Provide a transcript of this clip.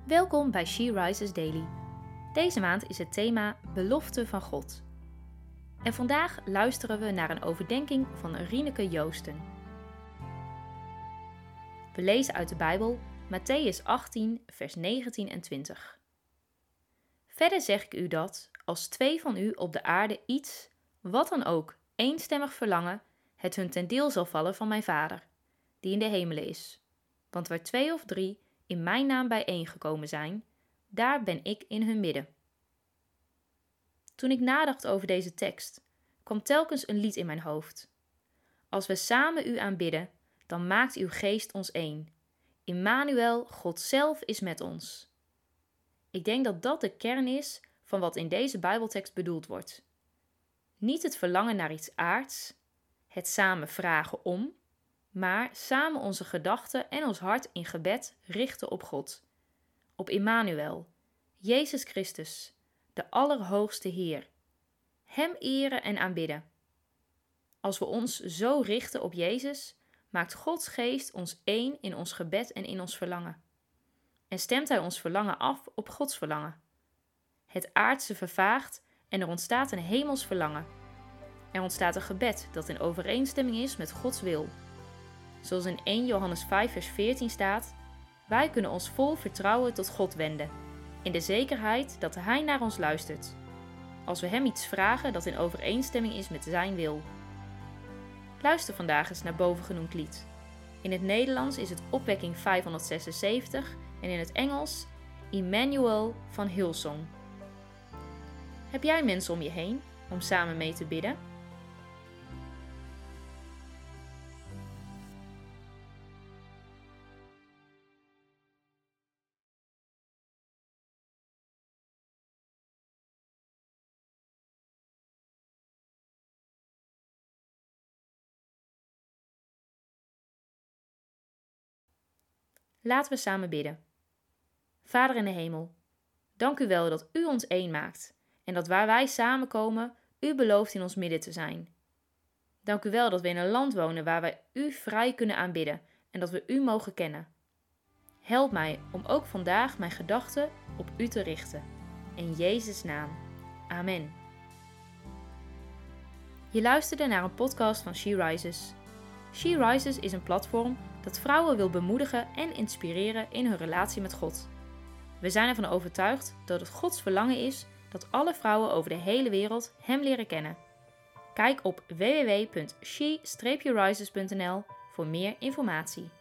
Welkom bij She Rises Daily. Deze maand is het thema Belofte van God. En vandaag luisteren we naar een overdenking van Rieneke Joosten. We lezen uit de Bijbel Mattheüs 18, vers 19 en 20. Verder zeg ik u dat, als 2 van u op de aarde iets, wat dan ook, eenstemmig verlangen, het hun ten deel zal vallen van mijn Vader, die in de hemelen is. Want waar 2 of 3 in mijn naam bijeengekomen zijn, daar ben ik in hun midden. Toen ik nadacht over deze tekst, kwam telkens een lied in mijn hoofd. Als we samen u aanbidden, dan maakt uw geest ons één. Immanuel, God zelf is met ons. Ik denk dat dat de kern is van wat in deze Bijbeltekst bedoeld wordt. Niet het verlangen naar iets aards, het samen vragen om, maar samen onze gedachten en ons hart in gebed richten op God. Op Immanuel, Jezus Christus, de Allerhoogste Heer. Hem eren en aanbidden. Als we ons zo richten op Jezus, maakt Gods geest ons één in ons gebed en in ons verlangen. En stemt Hij ons verlangen af op Gods verlangen. Het aardse vervaagt en er ontstaat een hemels verlangen. Er ontstaat een gebed dat in overeenstemming is met Gods wil. Zoals in 1 Johannes 5 vers 14 staat: wij kunnen ons vol vertrouwen tot God wenden, in de zekerheid dat Hij naar ons luistert, als we Hem iets vragen dat in overeenstemming is met Zijn wil. Luister vandaag eens naar bovengenoemd lied. In het Nederlands is het Opwekking 576 en in het Engels Immanuel van Hillsong. Heb jij mensen om je heen om samen mee te bidden? Laten we samen bidden. Vader in de hemel, dank u wel dat u ons één maakt en dat waar wij samenkomen, u belooft in ons midden te zijn. Dank u wel dat we in een land wonen waar wij u vrij kunnen aanbidden en dat we u mogen kennen. Help mij om ook vandaag mijn gedachten op u te richten. In Jezus' naam. Amen. Je luisterde naar een podcast van She Rises. She Rises is een platform dat vrouwen wil bemoedigen en inspireren in hun relatie met God. We zijn ervan overtuigd dat het Gods verlangen is dat alle vrouwen over de hele wereld Hem leren kennen. Kijk op www.she-rises.nl voor meer informatie.